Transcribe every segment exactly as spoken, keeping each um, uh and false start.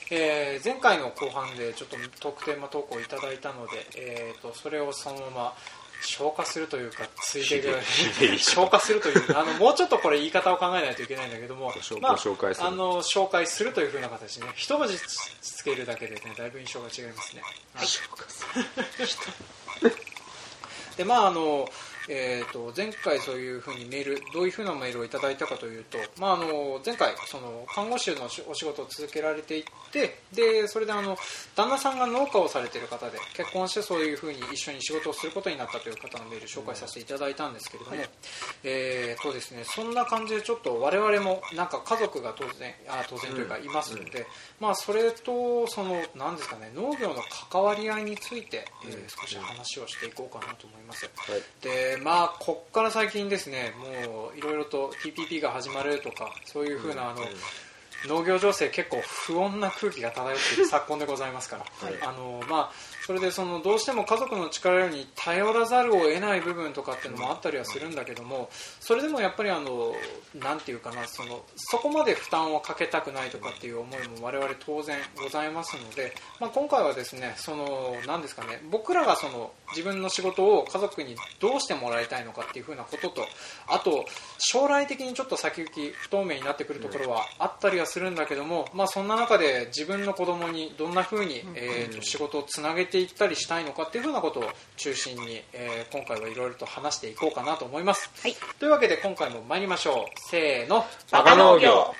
えー、前回の後半でちょっとトークテーマ投稿いただいたので、えー、とそれをそのまま消化するというかついでぐらい消化するというあのもうちょっとこれ言い方を考えないといけないんだけども、まあ、 紹介するあの紹介するという風な形でね、一文字つけるだけでねだいぶ印象が違いますね。はい、紹介するでまああのえー、と前回そういうふうにメールどういうふうなメールをいただいたかというと、まあ、あの前回その看護師のお仕事を続けられていってでそれであの旦那さんが農家をされている方で結婚してそういうふうに一緒に仕事をすることになったという方のメールを紹介させていただいたんですけれども、はいえーとですね、そんな感じでちょっと我々もなんか家族が当然あ当然というかいますので、うんまあ、それとその何ですかね農業の関わり合いについて、えー、少し話をしていこうかなと思います。はい、でまあこっから最近ですねもういろいろと ティーピーピー が始まるとかそういう風なあの、うん農業情勢結構不穏な空気が漂っている昨今でございますから、はいあのまあ、それでそのどうしても家族の力に頼らざるを得ない部分とかっていうのもあったりはするんだけどもそれでもやっぱりあのなんていうかなそのそこまで負担をかけたくないとかっていう思いも我々当然ございますので、まあ、今回はですねそのなんですかね僕らがその自分の仕事を家族にどうしてもらいたいのかっていうふうなこととあと将来的にちょっと先行き不透明になってくるところはあったりはするんだけども、まあ、そんな中で自分の子供にどんなふうに、えー、と仕事をつなげていったりしたいのかっていうふうなことを中心に、えー、今回はいろいろと話していこうかなと思います、はい、というわけで今回も参りましょう。せーのバカ農業。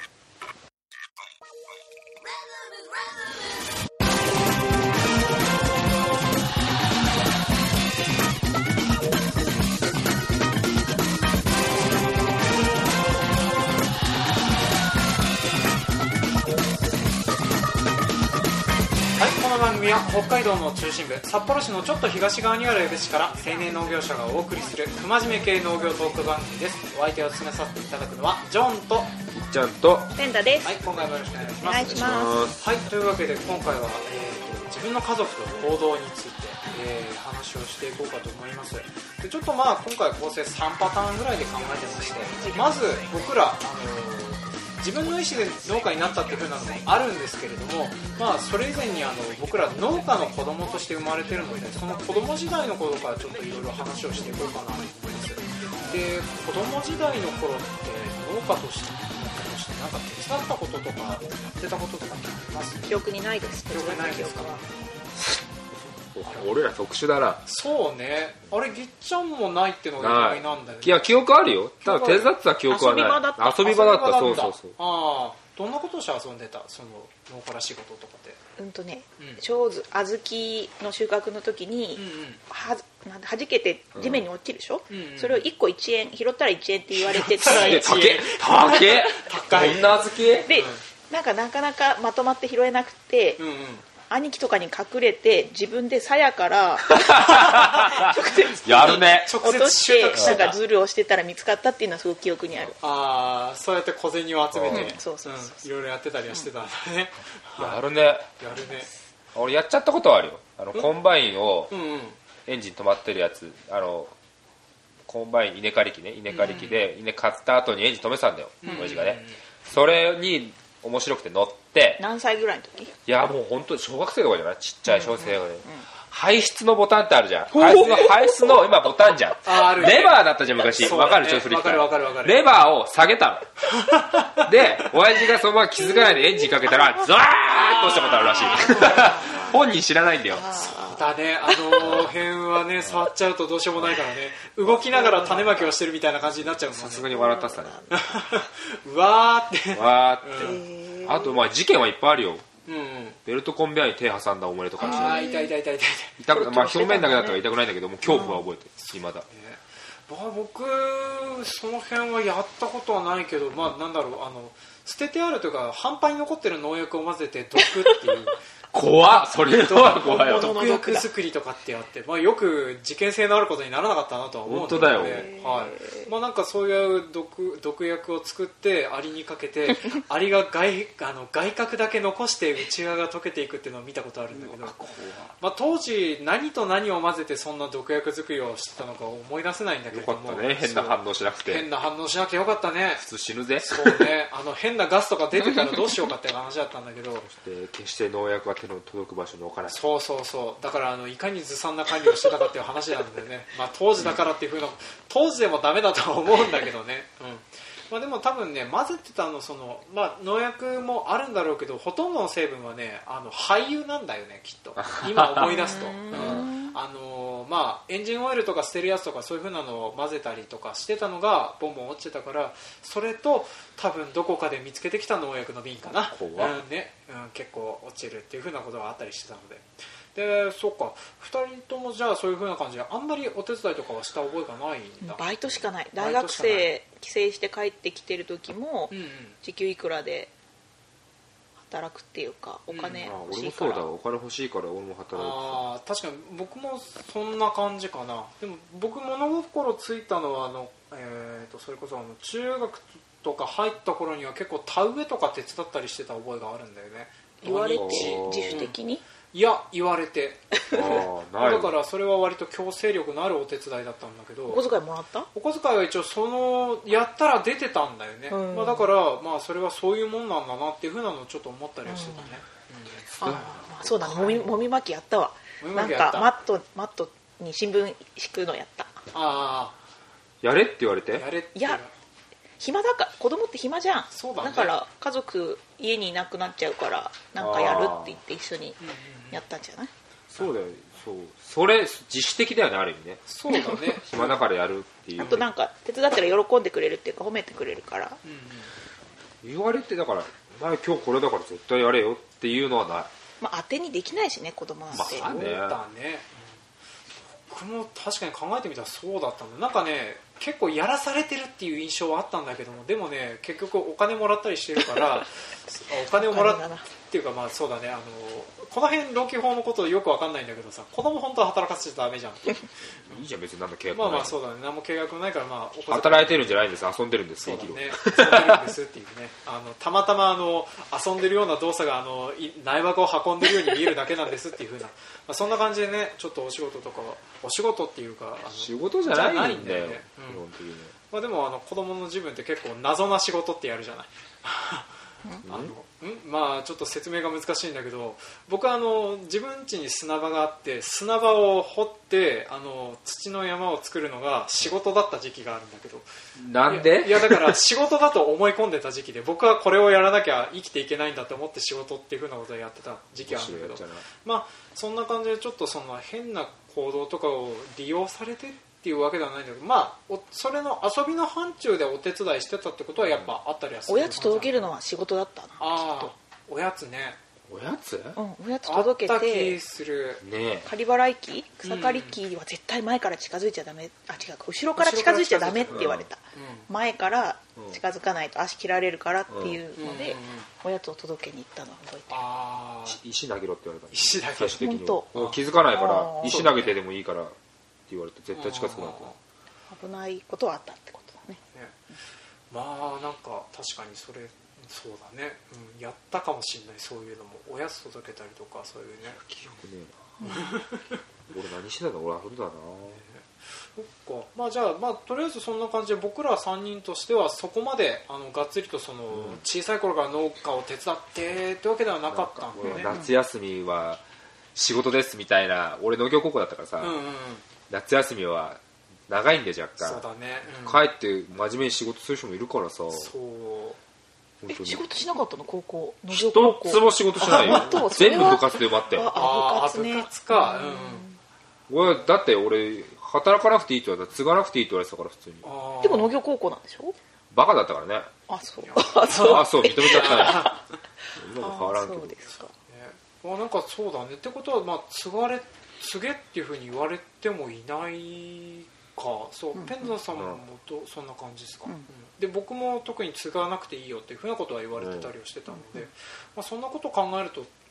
この番組は北海道の中心部札幌市のちょっと東側にある江別市から青年農業者がお送りする不真面目系農業トーク番組です。お相手を務めさせていただくのはジョンといっちゃんとペンダです。 はい、今回もよろしくお願いします。 お願いします。 はい、というわけで今回は、えー、と自分の家族との行動について、えー、話をしていこうかと思います。でちょっとまあ今回構成さんパターンぐらいで考えてましてまず僕ら、あのー自分の意思で農家になったっていう風なのもあるんですけれども、まあ、それ以前にあの僕ら農家の子供として生まれてるのでその子供時代の頃からちょっといろいろ話をしていこうかなと思います。で子供時代の頃って農家としてとしてなんか手伝ったこととかやってたこととかってあります？ 記憶にないです。 記憶にないですか？ 俺ら特殊だな。 そうね。あれぎっちゃんもないってのが意外なんだよね。 いや記憶あるよ。ただ手伝ってた記憶はない。遊び場だった。遊び場だった。そうそうそう。 ああ、どんなことをして遊んでた？その農家らしいこととかで。 うんとね、ちょうど小豆の収穫の時に、うんうん、はなん弾けて地面に落ちるでしょ、うんうん、それをいっこいちえん拾ったらいちえんって言われてて高い高い高いこんな小豆で、なんかなかなかまとまって拾えなくて、うんうん兄貴とかに隠れて自分で鞘から直接やるね落としてなんかズルをしてたら見つかったっていうのはすごく記憶にある。 ああ、そうやって小銭を集めて、 うん、そうそうそう、 うん、いろいろやってたりはしてたんだね、 うん、やるねやるね。 俺やっちゃったことはあるよ。あのコンバインを、うんうん、エンジン止まってるやつあのコンバイン稲刈り機ね稲刈り機で、うん、稲刈った後にエンジン止めてたんだよ、うん、親父がね。それに面白くて乗って何歳ぐらいの時？ いやもう本当に小学生とかじゃないちっちゃい小学生とかで、うんうんうん、排出のボタンってあるじゃん。排出の排出の今ボタンじゃんある、ね、レバーだったじゃん昔。わ、ね、かるちょっと振り返るレバーを下げたので親父がそのまま気づかないでエンジンかけたらザーッとしたことあるらしい本人知らないんだよ。 そうだね、あの辺はね触っちゃうとどうしようもないからね動きながら種まきをしてるみたいな感じになっちゃうもんね。 さすがに笑ったっすねうわーってわーって、うん、あとまあ事件はいっぱいあるよ、うんうん、ベルトコンベヤーに手挟んだおもれとかああ痛い痛い痛い痛い痛く、まあ、表面だけだったら痛くないんだけども恐怖は覚えてる未だ、ね、 僕その辺はやったことはないけど、まあなんだろうあの捨ててあるというか半端に残ってる農薬を混ぜて毒っていう怖っ、それは怖いよ。 毒薬作りとかってあって、まあ、よく事件性のあることにならなかったなとは思うんだけどね。はい。まあ、なんかそういう 毒, 毒薬を作ってアリにかけてアリが 外, あの外角だけ残して内側が溶けていくっていうのを見たことあるんだけど、まあ、当時何と何を混ぜてそんな毒薬作りをしてたのか思い出せないんだけども、 よかったね、変な反応しなくて。 変な反応しなくてよかったね。 普通死ぬぜ。 そうね、あの変なガスとか出てたらどうしようかって話だったんだけどそして決して農薬が手の届く場所に置かない。 そうそうそう、だからあのいかにずさんな管理をしてたかっていう話なんだよね。まあ当時だからっていう風な、当時でもダメだとは思うんだけどね、うん、まあ、でも多分ね混ぜてたのその、まあ、農薬もあるんだろうけどほとんどの成分はねあの廃油なんだよねきっと今思い出すと、うん、あのまあ、エンジンオイルとか捨てるやつとかそういう風なのを混ぜたりとかしてたのがボンボン落ちてたから、それと多分どこかで見つけてきた農薬の瓶かな、うんねうん、結構落ちるっていう風なことがあったりしてたので、でそっかふたりともじゃあそういう風な感じであんまりお手伝いとかはした覚えがないんだ。 バイトしかない。大学生帰省して帰ってきてる時も、うんうん、時給いくらで働くっていうかお金欲しいから、うん、 俺もそうだ、お金欲しいから俺も働いて。 あ確かに僕もそんな感じかな。でも僕物心ついたのはあの、えー、とそれこそあの中学とか入った頃には結構田植えとか手伝ったりしてた覚えがあるんだよね。 言われて自主的に、 いや言われてあだからそれは割と強制力のあるお手伝いだったんだけど。 お小遣いもらった？ お小遣いは一応そのやったら出てたんだよね、うんまあ、だから、まあ、それはそういうもんなんだなっていうふうなのをちょっと思ったりはしてたね、 うんうん、ああそうだね、もみ、もみ巻きやったわ。なんかマットマットに新聞敷くのやった。 ああやれって言われて、 やれっていや暇だから子供って暇じゃん。 そうだね、 だから家族家にいなくなっちゃうからなんかやるって言って一緒にやったんじゃない？ そうだよ、そうそれ自主的だよね、ある意味ね。 そうだね暇だからやるっていう。 あとなんか手伝ったら喜んでくれるっていうか褒めてくれるから、 うんうん、言われてだから前今日これだから絶対やれよっていうのはない。 まあ当てにできないしね子供なんて。 まあね、そうだね。僕も確かに考えてみたらそうだったんだ。なんかね結構やらされてるっていう印象はあったんだけども、でもね結局お金もらったりしてるからお金をもらっていうかまあそうだね、あのこの辺労基法のことよく分かんないんだけどさ、子供本当は働かせちゃダメじゃんいいじゃん別に何の契約もない。まあまあそうだね、何も契約もないから、まあ働いてるんじゃないんです、遊んでるんです。 そうだね、遊んでるんですっていうねあのたまたまあの遊んでるような動作があの苗箱を運んでるように見えるだけなんですっていう風な、まあ、そんな感じでねちょっとお仕事とかお仕事っていうかあの仕事じゃないんだよね、 うん、基本的に。まあ、でもあの子供の自分って結構謎な仕事ってやるじゃないあのんまあちょっと説明が難しいんだけど、僕はあの自分家に砂場があって砂場を掘ってあの土の山を作るのが仕事だった時期があるんだけど、 なんで？ いや、いやだから仕事だと思い込んでた時期で僕はこれをやらなきゃ生きていけないんだと思って仕事っていう風なことをやってた時期があるんだけど、まあそんな感じでちょっとその変な行動とかを利用されてっていうわけではないんだけど、まあそれの遊びの範疇でお手伝いしてたってことはやっぱあったりはする。 おやつ届けるのは仕事だったな。 ああ、おやつね。 おやつ？ うん、おやつ届けてする、 ね、仮払い機草刈り機は絶対前から近づいちゃダメ、あ違う後ろから近づいちゃダメって言われた、うん、前から近づかないと足切られるからっていうので、うん、おやつを届けに行ったのを覚えてる。 あ石投げろって言われた。 石投げろ。最終的に気づかないから石投げてでもいいからって言われて絶対近づくなと。 危ないことはあったってことだね。 ね、まあなんか確かにそれそうだね、うん、やったかもしれない。そういうのもおやつ届けたりとかそういうね。 記憶ねえな俺何してたの？俺遊んでたな、ね、 そっか。まあじゃあ、まあ、とりあえずそんな感じで僕らさんにんとしてはそこまであのがっつりとその、うん、小さい頃から農家を手伝ってってわけではなかったんだね。 夏休みは仕事ですみたいな、俺農業高校だったからさ、うんうんうん、夏休みは長いんで若干。 そうだね、 うん、帰って真面目に仕事する人もいるからさ。 そうえ仕事しなかったの？高校農業高校一つも仕事しないよ全部部活で埋まって。 ああ部活ね。部活か、 うん、俺だって俺働かなくていいって言われたら継がなくていいって言われてたから普通に。 でも農業高校なんでしょ？ バカだったからね。 あそうあそうあそう認めちゃったね今も変わらんけど。 そうですか、ね、 まあ、なんかそうだねってことは、まあ、継がれ継げっていうふうに言われてもいないか。そう、うん、ペンザさんもとそんな感じですか、うんうん、で僕も特に継がなくていいよっていうふうなことは言われてたりはしてたので、うんうん、まあ、そんなことを考えると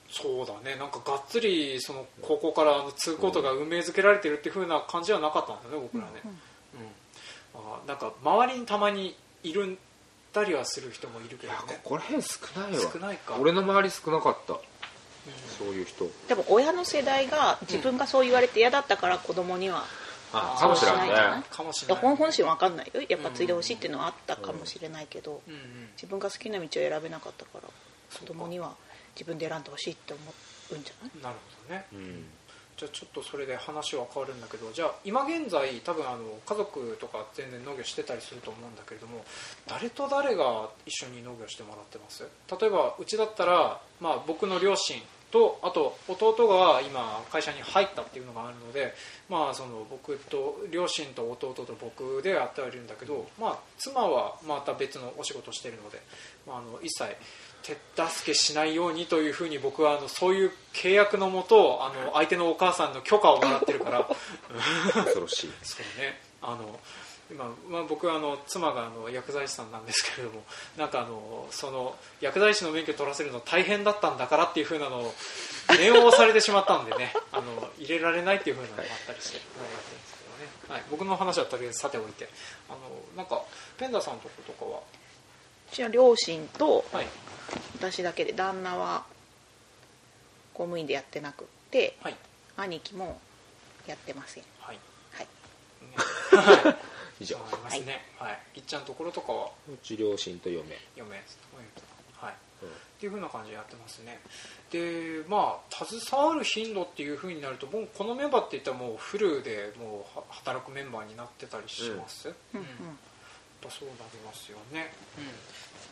そうだね、なんかがっつりその高校からあのツーコートが運命づけられてるっていう風な感じはなかったんだよね、僕らね、うんうんうん、あなんか周りにたまにいるたりはする人もいるけどね。 いやここら辺少ないわ。 少ないか。 俺の周り少なかった、うん、そういう人。 でも親の世代が自分がそう言われて嫌だったから子供には、 うん、あかもしれないね。 かもしれない。 本心は分かんないよ、やっぱ継いでほしいっていうのはあったかもしれないけど、うんうん、自分が好きな道を選べなかったから子供には自分で選んでほしいって思うんじゃない？ なるほどね、うん、じゃあちょっとそれで話は変わるんだけど、じゃあ今現在多分あの家族とか全然農業してたりすると思うんだけれども、誰と誰が一緒に農業してもらってます？例えばうちだったら、まあ、僕の両親とあと弟が今会社に入ったっていうのがあるので、まあ、その僕と両親と弟と僕でやってはいるんだけど、まあ、妻はまた別のお仕事をしているので、まあ、あの一切手助けしないようにというふうに僕はあのそういう契約のもとあの相手のお母さんの許可をもらってるから恐ろしい。 そうね、あの今、まあ、僕はあの妻があの薬剤師さんなんですけれども、なんかあのその薬剤師の免許取らせるの大変だったんだからっていう風なのを念を押されてしまったんでねあの入れられないっていう風なのがあったりして、はい、やってるんですけどね、はい、僕の話はとりあえずさておいて、あのなんかペンダさんのとことかはうちは両親と私だけで、旦那は公務員でやってなくって、はい、兄貴もやってません。はい、はい以上。 ありますね。はい。いっちゃんのところとかはうち両親と嫁。 嫁。はい。うん、っていう風な感じでやってますね。で、まあ携わる頻度っていう風になると、もうこのメンバーっていったらもうフルでもう働くメンバーになってたりします。うん。うんうん、だそうなりますよね。うん。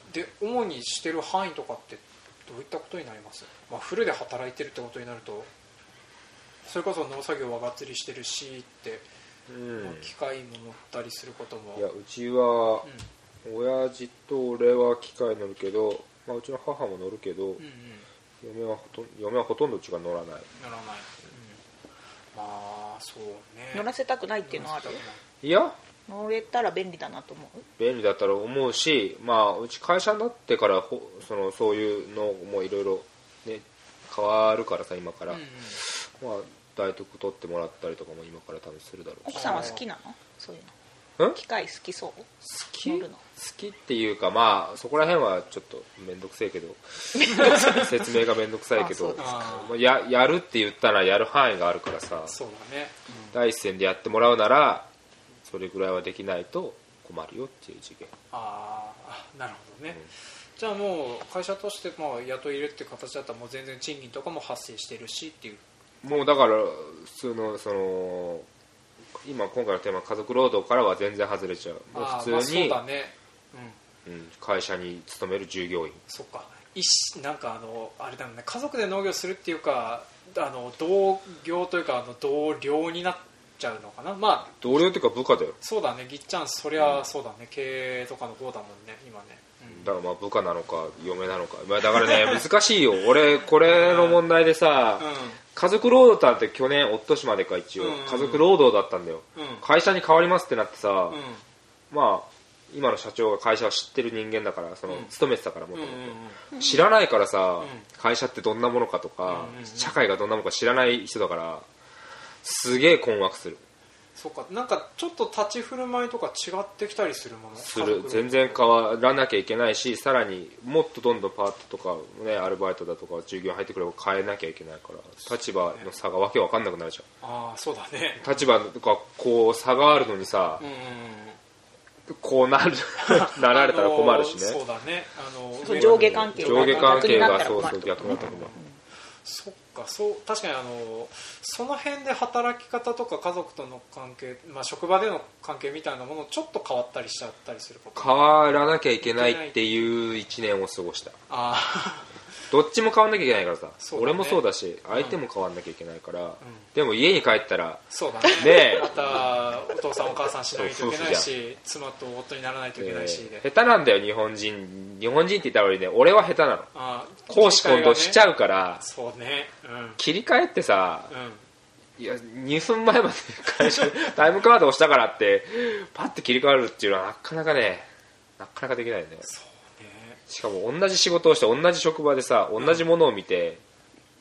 で、主にしてる範囲とかってどういったことになります？まあフルで働いてるってことになると、それこそ農作業はがっつりしてるしって。うん、機械も乗ったりすることも。 いやうちは、うん、親父と俺は機械乗るけど、まあ、うちの母も乗るけど、うんうん、嫁はほとんど嫁はほとんどうちが乗らない乗らない、うん、 まあそうね。 乗らせたくないっていうのはある？ いや乗れたら便利だなと思う。 便利だったら思うし、まあうち会社になってからほそのそういうのもいろいろね変わるからさ今から、うんうん、まあ代督取ってもらったりとかも今から多分するだろうし。 奥さんは好きなの？そういうの機械好きそう？好き？好きっていうかまあそこら辺はちょっとめんどくせえけど説明がめんどくさいけどああ や, やるって言ったらやる範囲があるからさ。 そうだね、 うん、第一線でやってもらうならそれぐらいはできないと困るよっていう次元。 ああなるほどね、うん、じゃあもう会社としてまあ雇い入れっていう形だったらもう全然賃金とかも発生してるしっていう。 もうだから普通のその今今回のテーマ家族労働からは全然外れちゃう。もう普通に、まあそうだね、うんうん、会社に勤める従業員。 そっかなんかあのあれだもんね、家族で農業するっていうかあの同業というかあの同僚になっちゃうのかな。まあ同僚っていうか部下だよ。 そうだねぎっちゃんそりゃそうだね、うん、経営とかの方だもんね今ね、 うん、だからまあ部下なのか嫁なのか、まあ、だからね難しいよ俺これの問題でさ、うんうん、家族労働って去年おととしまでか一応、うんうん、家族労働だったんだよ、うん、会社に変わりますってなってさ、うん、まあ今の社長が会社を知ってる人間だからその、うん、勤めてたからもともと知らないからさ、うん、会社ってどんなものかとか、うんうんうん、社会がどんなものか知らない人だからすげえ困惑する。 そうか、なんかちょっと立ち振る舞いとか違ってきたりするものする。全然変わらなきゃいけないし、さらにもっとどんどんパートとか、ね、アルバイトだとか従業員入ってくれば変えなきゃいけないから立場の差がわけわかんなくなるじゃん。 ああそうだね。 立場がこう差があるのにさ、うんうん、こうなるなられたら困るしね。 そうだね、あの上下関係が上下関係がそうそう逆になったら困る。 そっか、そう確かにあのその辺で働き方とか家族との関係、まあ、職場での関係みたいなものちょっと変わったりしちゃったりすること。 変わらなきゃいけないっていういちねんを過ごした。あどっちも変わんなきゃいけないからさ、ね、俺もそうだし相手も変わんなきゃいけないから、うん、でも家に帰ったらそうだね、またお父さんお母さんしないといけないし妻と夫にならないといけないし、 えー、下手なんだよ日本人。日本人って言ったら悪いね、俺は下手なの。あ公私混同しちゃうから、 そうね、うん、 切り替えってさ、うん、いやにふんまえまで会社タイムカード押したからってパッて切り替わるっていうのはなかなかねなかなかできないね。そうね。しかも同じ仕事をして同じ職場でさ同じものを見て、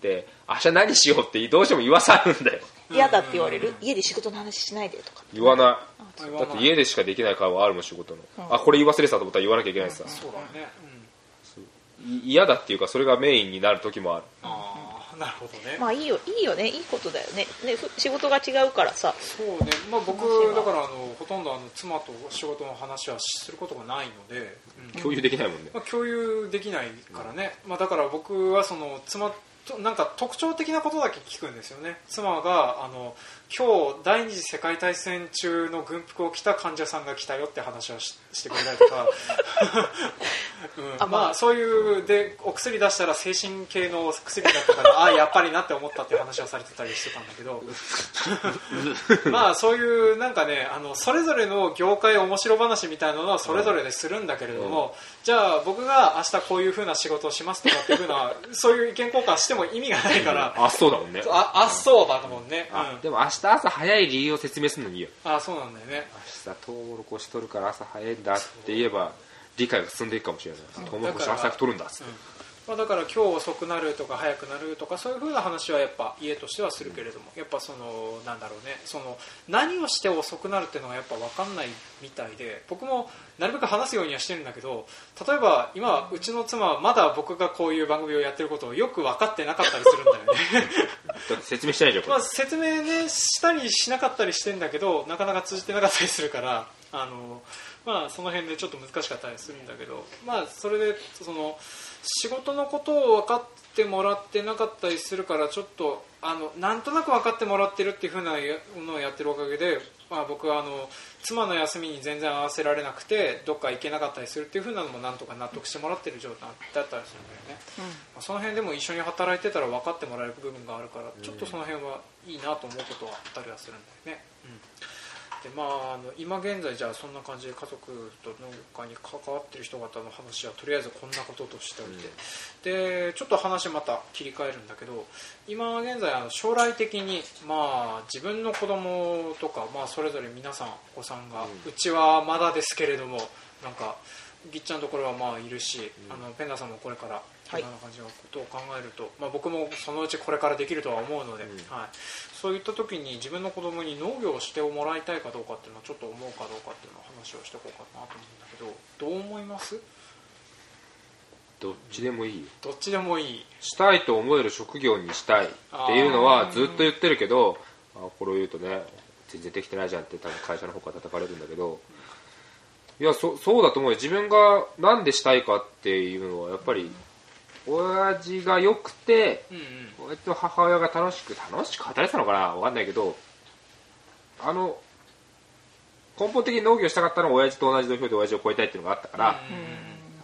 て明日何しようってどうしても言わされるんだよ。 嫌だって言われる。家で仕事の話しないでとか言わない。だって家でしかできない会話あるもん仕事の、うん、あこれ言い忘れてたと思ったら言わなきゃいけないしさ、うん、そうだね、うん、嫌だっていうかそれがメインになる時もある。 ああなるほどね。 まあいいよいいよねいいことだよね。ね仕事が違うからさ。 そうね、まあ、僕だからあのほとんどあの妻と仕事の話はすることがないので、 うん、共有できないもんね、 まあ、共有できないからね、まあ、だから僕はその妻なんか特徴的なことだけ聞くんですよね。妻があの今日第二次世界大戦中の軍服を着た患者さんが来たよって話を し, してくれたりとか、うん、まあそういうでお薬出したら精神系の薬だったからあやっぱりなって思ったっていう話をされてたりしてたんだけどまあそういうなんかねあのそれぞれの業界面白話みたいなのはそれぞれでするんだけれども、うん、じゃあ僕が明日こういう風な仕事をしますとかっていう風なそういう意見交換しても意味がないからあそうだもんね。 ああそうだもんね、 うん、でも明日朝早い理由を説明するのにいいよ。 あそうなんだよね。 明日トウモロコシ取るから朝早いんだって言えば理解が進んでいくかもしれない。トウモロコシ朝早く取るんだっつって、うんまあ、だから今日遅くなるとか早くなるとかそういう風な話はやっぱ家としてはするけれども、やっぱそのなんだろうねその何をして遅くなるっていうのがやっぱ分かんないみたいで、僕もなるべく話すようにはしてるんだけど、例えば今うちの妻はまだ僕がこういう番組をやってることをよく分かってなかったりするんだよねだって説明してないじゃん、 まあ、説明ねしたりしなかったりしてんだけどなかなか通じてなかったりするからあの、まあ、その辺でちょっと難しかったりするんだけど、まあ、それでその仕事のことを分かってもらってなかったりするからちょっとあのなんとなく分かってもらってるっていう風なのをやってるおかげで、まあ、僕はあの妻の休みに全然合わせられなくてどっか行けなかったりするっていう風なのもなんとか納得してもらってる状態だったりするんだよね、うんまあ、その辺でも一緒に働いてたら分かってもらえる部分があるからちょっとその辺はいいなと思うことはあったりはするんだよね、うんでまあ、あの今現在じゃあそんな感じで家族と農家に関わっている人方の話はとりあえずこんなこととしておいて、うん、でちょっと話また切り替えるんだけど今現在あの将来的に、まあ、自分の子供とか、まあ、それぞれ皆さんお子さんが、うん、うちはまだですけれどもなんかぎっちゃんのところはまあいるし、うん、あのペンダさんもこれからこんな感じのことを考えると、まあ、僕もそのうちこれからできるとは思うので、うんはい、そういった時に自分の子供に農業をしてもらいたいかどうかっていうのをちょっと思うかどうかっていうのを話をしていこうかなと思うんだけど、どう思います？ どっちでもいいよ。 どっちでもいい。 したいと思える職業にしたいっていうのはずっと言ってるけど、あこれを言うとね全然できてないじゃんって多分会社の方から叩かれるんだけど、いや そ, そうだと思うよ。自分がなんでしたいかっていうのはやっぱり親父が良くて、うんうん、親と母親が楽しく楽しく働いてたのかな分かんないけど、あの根本的に農業したかったのは親父と同じ土俵で親父を超えたいっていうのがあったから、うん、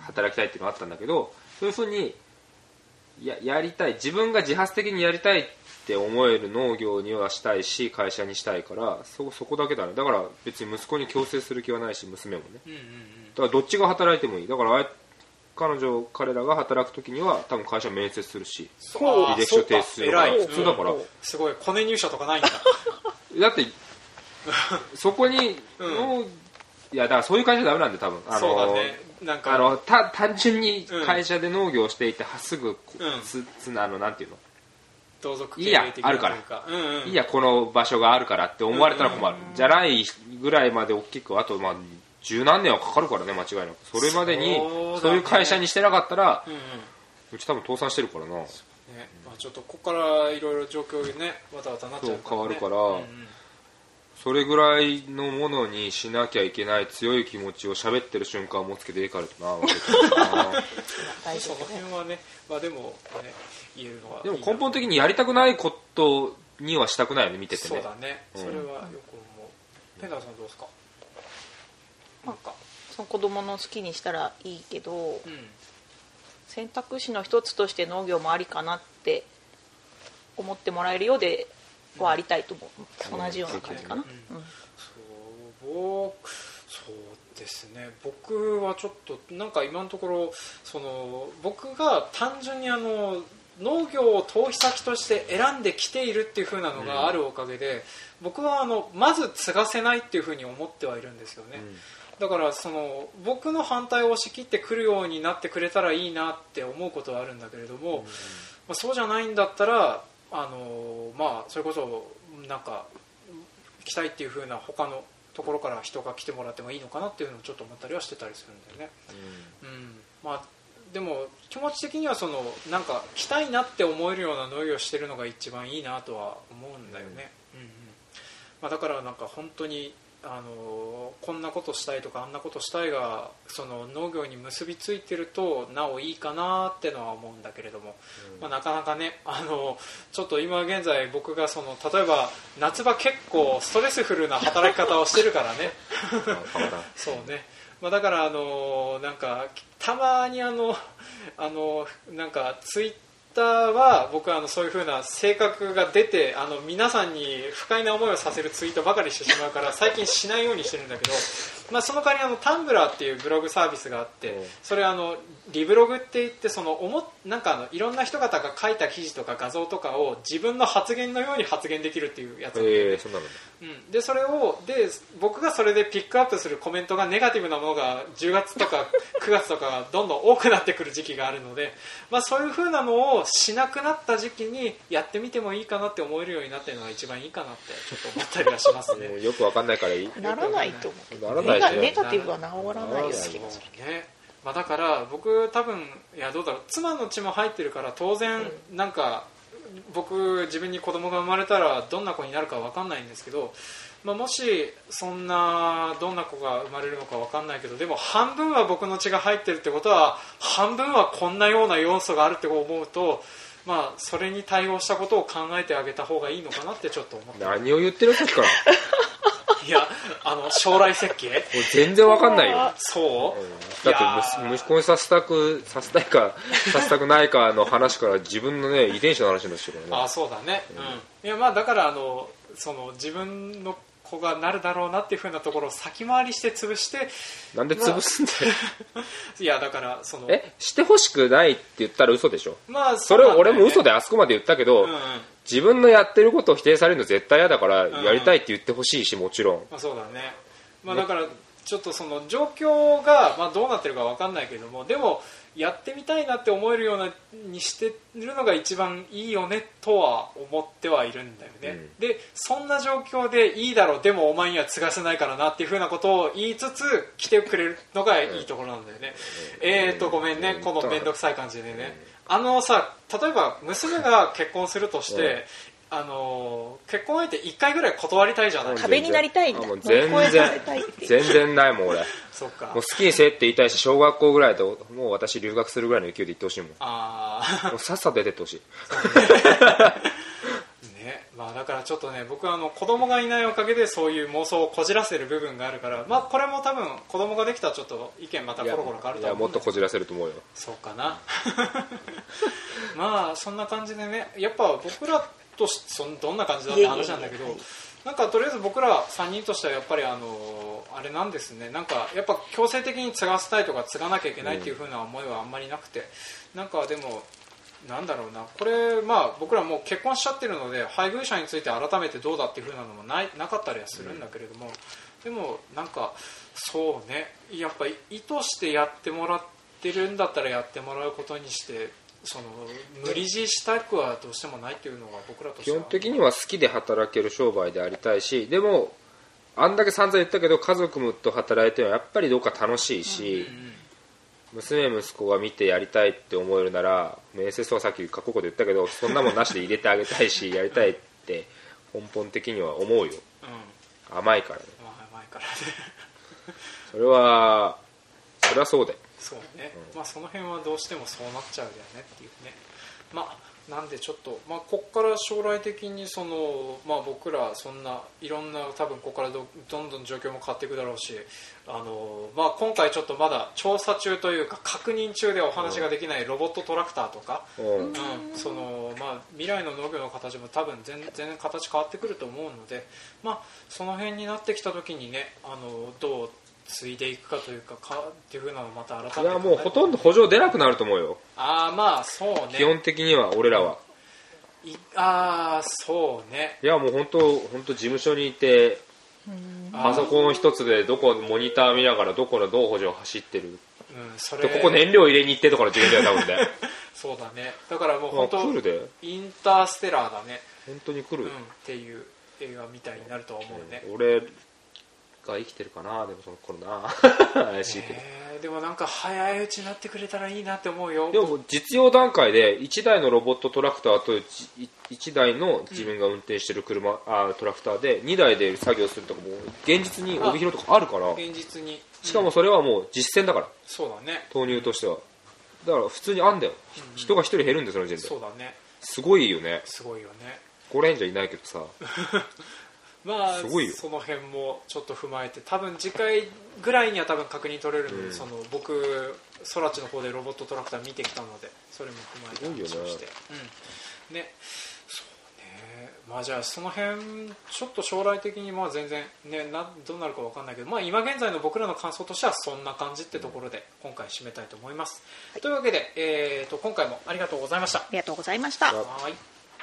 働きたいっていうのがあったんだけど、そういうふうに や, やりたい自分が自発的にやりたいって思える農業にはしたいし会社にしたいから そ, そこだけだね。だから別に息子に強制する気はないし娘もね、うんうんうん、だからどっちが働いてもいい。だから彼女彼らが働くときには多分会社面接するし履歴書提出するから普通だから、うん、 すごいコネ入社とかないんだだってそこに、うん、いやだからそういう会社ダメなんで多分あのそうだねなんかあのた単純に会社で農業をしていて、うん、すぐ、うん、つつあのなんていうの同族経営的なというかいいやあるから、うんうん、いいやこの場所があるからって思われたら困る、うんうん、じゃないぐらいまで大きくあとまあ十何年はかかるからね間違いなく。それまでにそう、ね,、いう会社にしてなかったら、うんうん、うち多分倒産してるからな、ねまあ、ちょっとここからいろいろ状況ねわたわたなっちゃうから、ね、 そう変わるから、うんうん、それぐらいのものにしなきゃいけない強い気持ちを喋ってる瞬間を持つけでいいからとな分けてるなその辺はね、まあ、でも、ね、言えるのはいい。 でも根本的にやりたくないことにはしたくないよね見ててね。 そうだね、それはよく思う、うん、ペンダーさんどうですか？ なんかその子供の好きにしたらいいけど、うん、選択肢の一つとして農業もありかなって思ってもらえるようではありたいと思う、うん、同じような感じかな、うんうん、 そうそうですね。僕はちょっとなんか今のところその僕が単純にあの農業を投資先として選んできているっていう風なのがあるおかげで、うん、僕はあのまず継がせないっていう風に思ってはいるんですよね、うんだからその僕の反対を押し切ってくるようになってくれたらいいなって思うことはあるんだけれども、 まあ、そうじゃないんだったらあの、まあ、それこそなんか来たいっていう風な他のところから人が来てもらってもいいのかなっていうのをちょっと思ったりはしてたりするんだよね、うんうん、まあでも気持ち的にはそのなんか来たいなって思えるような農業をしてるのが一番いいなとは思うんだよね、うんうんまあ、だからなんか本当にあのこんなことしたいとかあんなことしたいがその農業に結びついてるとなおいいかなってのは思うんだけれども、うんまあ、なかなかねあのちょっと今現在僕がその例えば夏場結構ストレスフルな働き方をしてるからねそうね、まあ、だからあのなんかたまにあのあのなんかツイッターは僕はあのそういう風な性格が出てあの皆さんに不快な思いをさせるツイートばかりしてしまうから最近しないようにしてるんだけど、まあ、その代わりあのタンブラーっていうブログサービスがあってそれあのリブログって言ってその思なんかあのいろんな人方が書いた記事とか画像とかを自分の発言のように発言できるっていうやつなんで、 えー、そうなのねうん、でそれをで僕がそれでピックアップするコメントがネガティブなものがじゅうがつとかくがつとかどんどん多くなってくる時期があるので、まあ、そういう風なのをしなくなった時期にやってみてもいいかなって思えるようになってるのが一番いいかなってちょっと思ったりはしますねよくわかんないからいいならないと思うならない、ね、 ネガティブは治らないような気がするねまあ、だから僕多分いやどうだろう妻の血も入ってるから当然なんか僕自分に子供が生まれたらどんな子になるか分かんないんですけど、まあ、もしそんなどんな子が生まれるのか分かんないけどでも半分は僕の血が入ってるってことは半分はこんなような要素があるって思うと、まあ、それに対応したことを考えてあげた方がいいのかなってちょっと思って何を言ってるさっきからいやあの将来設計全然わかんないよそう、 うん、だって息子にさせたくさせたいかさせたくないかの話から自分のね遺伝子の話になってるからねあそうだね、うん、いやまあだからあのその自分の子がなるだろうなっていう風なところを先回りして潰してなんで潰すんだよ、 まあ、いやだからそのえしてほしくないって言ったら嘘でしょ、 まあそ, ね、それ俺も嘘であそこまで言ったけど、うんうん、自分のやってることを否定されるの絶対嫌だからやりたいって言ってほしいしもちろん、 まあ、そうだね、まあ、だからちょっとその状況がまあどうなってるか分かんないけどもでもやってみたいなって思えるようなにしてるのが一番いいよねとは思ってはいるんだよね、うん、でそんな状況でいいだろうでもお前には継がせないからなっていう風なことを言いつつ来てくれるのがいいところなんだよね、うん、えーとごめんねこの面倒くさい感じでねあのさ例えば娘が結婚するとして、うんあの結婚相手いっかいぐらい断りたいじゃない壁になりたいんだもう全然全然ないもん俺そっかもう好きにせえって言いたいし小学校ぐらいともう私留学するぐらいの勢いで言ってほしいもんあもうさっさと出てってほしいねまあ、だからちょっとね僕はあの子供がいないおかげでそういう妄想をこじらせる部分があるから、まあ、これも多分子供ができたらちょっと意見またコロコロ変わると思うんですけどいやもっとこじらせると思うよそうかなまあそんな感じでねやっぱ僕らとしそんどんな感じだって話なんだけどなんかとりあえず僕らさんにんとしてはやっぱりあのあれなんですねなんかやっぱ強制的に継がせたいとか継がなきゃいけないっていう風な思いはあんまりなくてなんかでもなんだろうなこれまあ僕らもう結婚しちゃってるので配偶者について改めてどうだっていう風なのもないなかったりはするんだけれどもでもなんかそうねやっぱり意図してやってもらってるんだったらやってもらうことにしてその無理強いしたくはどうしてもないっていうのが僕らとしては基本的には好きで働ける商売でありたいしでもあんだけ散々言ったけど家族と働いてはやっぱりどうか楽しいし、うんうんうん、娘息子が見てやりたいって思えるなら面接とかさっきかっこよく言ったけどそんなもんなしで入れてあげたいしやりたいって根本的には思うよ、うん、甘いからね、 まあ、甘いからねそれはそれはそうでそうね、うんまあ、その辺はどうしてもそうなっちゃうよねっていうねまあなんでちょっと、まあ、ここから将来的にその、まあ、僕らそんないろんな多分ここから ど, どんどん状況も変わっていくだろうしあの、まあ、今回ちょっとまだ調査中というか確認中でお話ができないロボットトラクターとか、うんうんそのまあ、未来の農業の形も多分全然形変わってくると思うので、まあ、その辺になってきた時にねあのどう継いでいくかというかかっていう風なのをまた改めていやもうほとんど補助出なくなると思うよああまあそうね基本的には俺らはいああそうねいやもう本当本当事務所にいてパソコン一つでどこモニター見ながらどこのどう補助走ってる、うん、それでここ燃料入れに行ってとかの次元だよ多分ねそうだね。だからもう本当インターステラーだね。 本当に来る、 うん、っていう映画みたいになるとは思うね。 えー、俺が生きてるかな、でもその頃な怪しいけど、 えー、でもなんか早いうちになってくれたらいいなって思うよ。 でも実用段階でいちだいのロボットトラクターといちだいの自分が運転してる車、うん、あトラクターでにだいで作業するとかも現実に帯広とかあるから、 現実に、うん、 しかもそれはもう実践だから、 そうだね、 投入としてはだから普通にあんだよ、うん、人がひとり減るんだよその時点で。 そうだね、 すごいよね。 すごいよね。 ここら辺じゃいないけどさまあすごいよ。その辺もちょっと踏まえて多分次回ぐらいには多分確認取れるので、うん、その僕空知の方でロボットトラクター見てきたのでそれも踏まえて話をして、うんね、そうね。まあじゃあその辺ちょっと将来的にまあ全然ねなどうなるか分かんないけど、まあ今現在の僕らの感想としてはそんな感じってところで今回締めたいと思います、はい、というわけで、えー、と今回もありがとうございました。ありがとうございました。はい、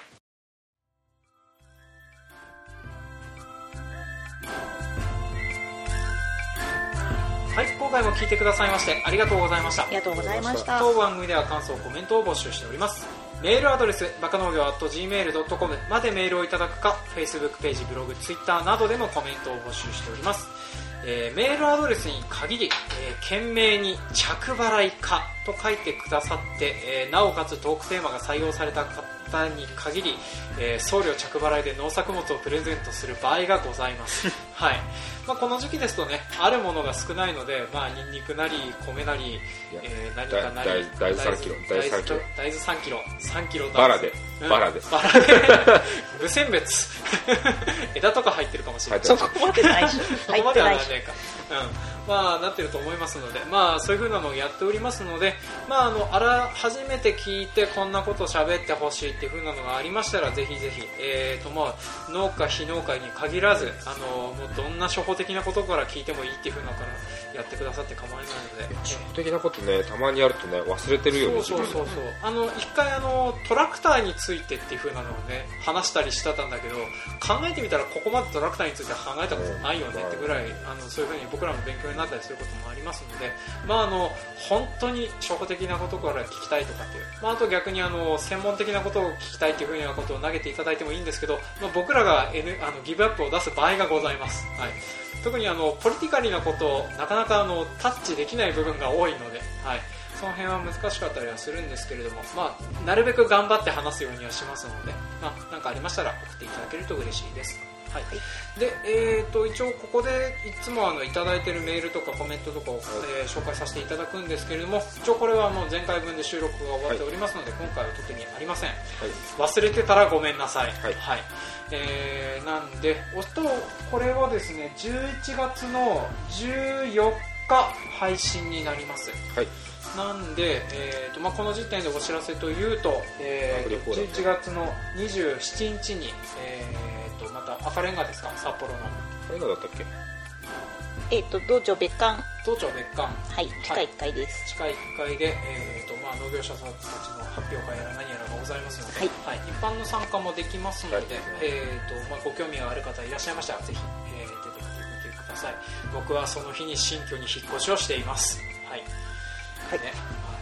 はい、今回も聞いてくださいましてありがとうございました。 ありがとうございました。 当番組では感想コメントを募集しております。メールアドレスバカ農業 アットジーメールドットコム までメールをいただくか Facebook ページ、ブログ、Twitter などでもコメントを募集しております。えー、メールアドレスに限り、えー、懸命に着払いかと書いてくださって、えー、なおかつトークテーマが採用された方に限り、えー、送料着払いで農作物をプレゼントする場合がございますはい、まあ、この時期ですとねあるものが少ないので、まあ、ニンニクなり米なり、えー、何かなり大豆さんキロ大豆大豆さんキロさんキロバラで、うん、バラでバラで無選別枝とか入ってるかもしれない。 そこまでないしそこまではないねえか、うん、まあなってると思いますので、まあそういう風なのをやっておりますので、まああのあら初めて聞いてこんなこと喋ってほしいっていう風なのがありましたらぜひぜひ、えーとまあ、農家非農家に限らずあのもうどんな初歩的なことから聞いてもいいっていう風なからやってくださって構いないので、 初歩的なことねたまにやるとね忘れてるよね。 そうそうそうそう、あの一回あのトラクターについてっていう風なのをね話したりしてたんだけど考えてみたらここまでトラクターについて考えたことないよねってぐらいあのそういう風に僕らも勉強になったりすることもありますので、まああの本当に初歩的なことから聞きたいとかっていう、まあ、あと逆にあの専門的なことを聞きたいっていう風なことを投げていただいてもいいんですけど、まあ、僕らが、N、あのギブアップを出す場合がございます、はい、特にあのポリティカリなことをなかなかあのタッチできない部分が多いので、はい、その辺は難しかったりはするんですけれども、まあ、なるべく頑張って話すようにはしますので、まあ、なんかありましたら送っていただけると嬉しいです。はい、で、えー、と一応ここでいつもあのいただいているメールとかコメントとかを、えー、紹介させていただくんですけれども、一応これはもう前回分で収録が終わっておりますので、はい、今回は特にありません、はい、忘れてたらごめんなさい、はいはい、えー、なんでおとこれはですねじゅういちがつのじゅうよっか配信になります、はい、なんで、えーとまあ、この時点でお知らせというと、えー、とじゅういちがつのにじゅうしちにちに、えーまた赤レンガですか、札幌の赤レンガだったっけ。 えっ、ー、と道場別館道場別館はい地下いっかいです、 はい、地下いっかいで、えーとまあ、農業者さんたちの発表会やら何やらがございますので、はいはい、一般の参加もできますので、はいえーとまあ、ご興味がある方いらっしゃいましたらぜひ、えー、出てきてみてください。僕はその日に新居に引っ越しをしています。はい、はいねはい、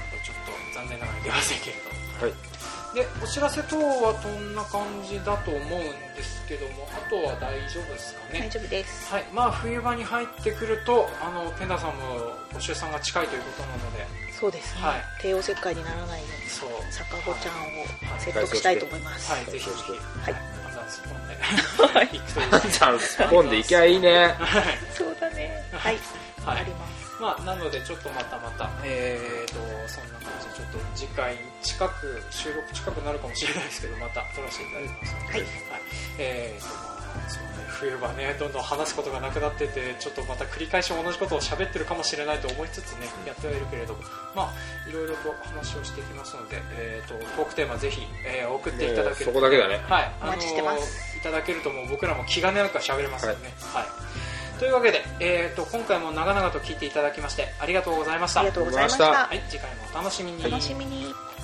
なんかちょっと残念ながらいけませんけれど、はいでお知らせ等はこんな感じだと思うんですけども、あとは大丈夫ですかね。 大丈夫です、 はいまあ、冬場に入ってくるとあのペンダさんもご出産が近いということなので、 そうですね、はい、帝王切開にならないようにそう逆子ちゃんを説得したいと思います。 はい、はい、ぜひぜひ、はい、アザンスポンで行くといいですね。アザンスポンで行きゃいいね。 はい、そうだね。はい、 はい、あります。まあ、なのでちょっとまたまた、えー、とそんな感じでちょっと次回近く収録近くなるかもしれないですけどまた撮らせていただきますので、はいはいえーとまあそうね、冬場ねどんどん話すことがなくなっててちょっとまた繰り返し同じことを喋ってるかもしれないと思いつつねやってはいるけれども、まあいろいろと話をしていきますので、えー、とトークテーマぜひ、えー、送っていただけるとそこだけだね、 はい、 お待ちしてます。 いただけるともう僕らも気兼ねなく喋れますよね。はい、はいというわけで、えー、と今回も長々と聞いていただきましてありがとうございました。 ありがとうございました。 はい、次回もお楽しみに。 お楽しみに。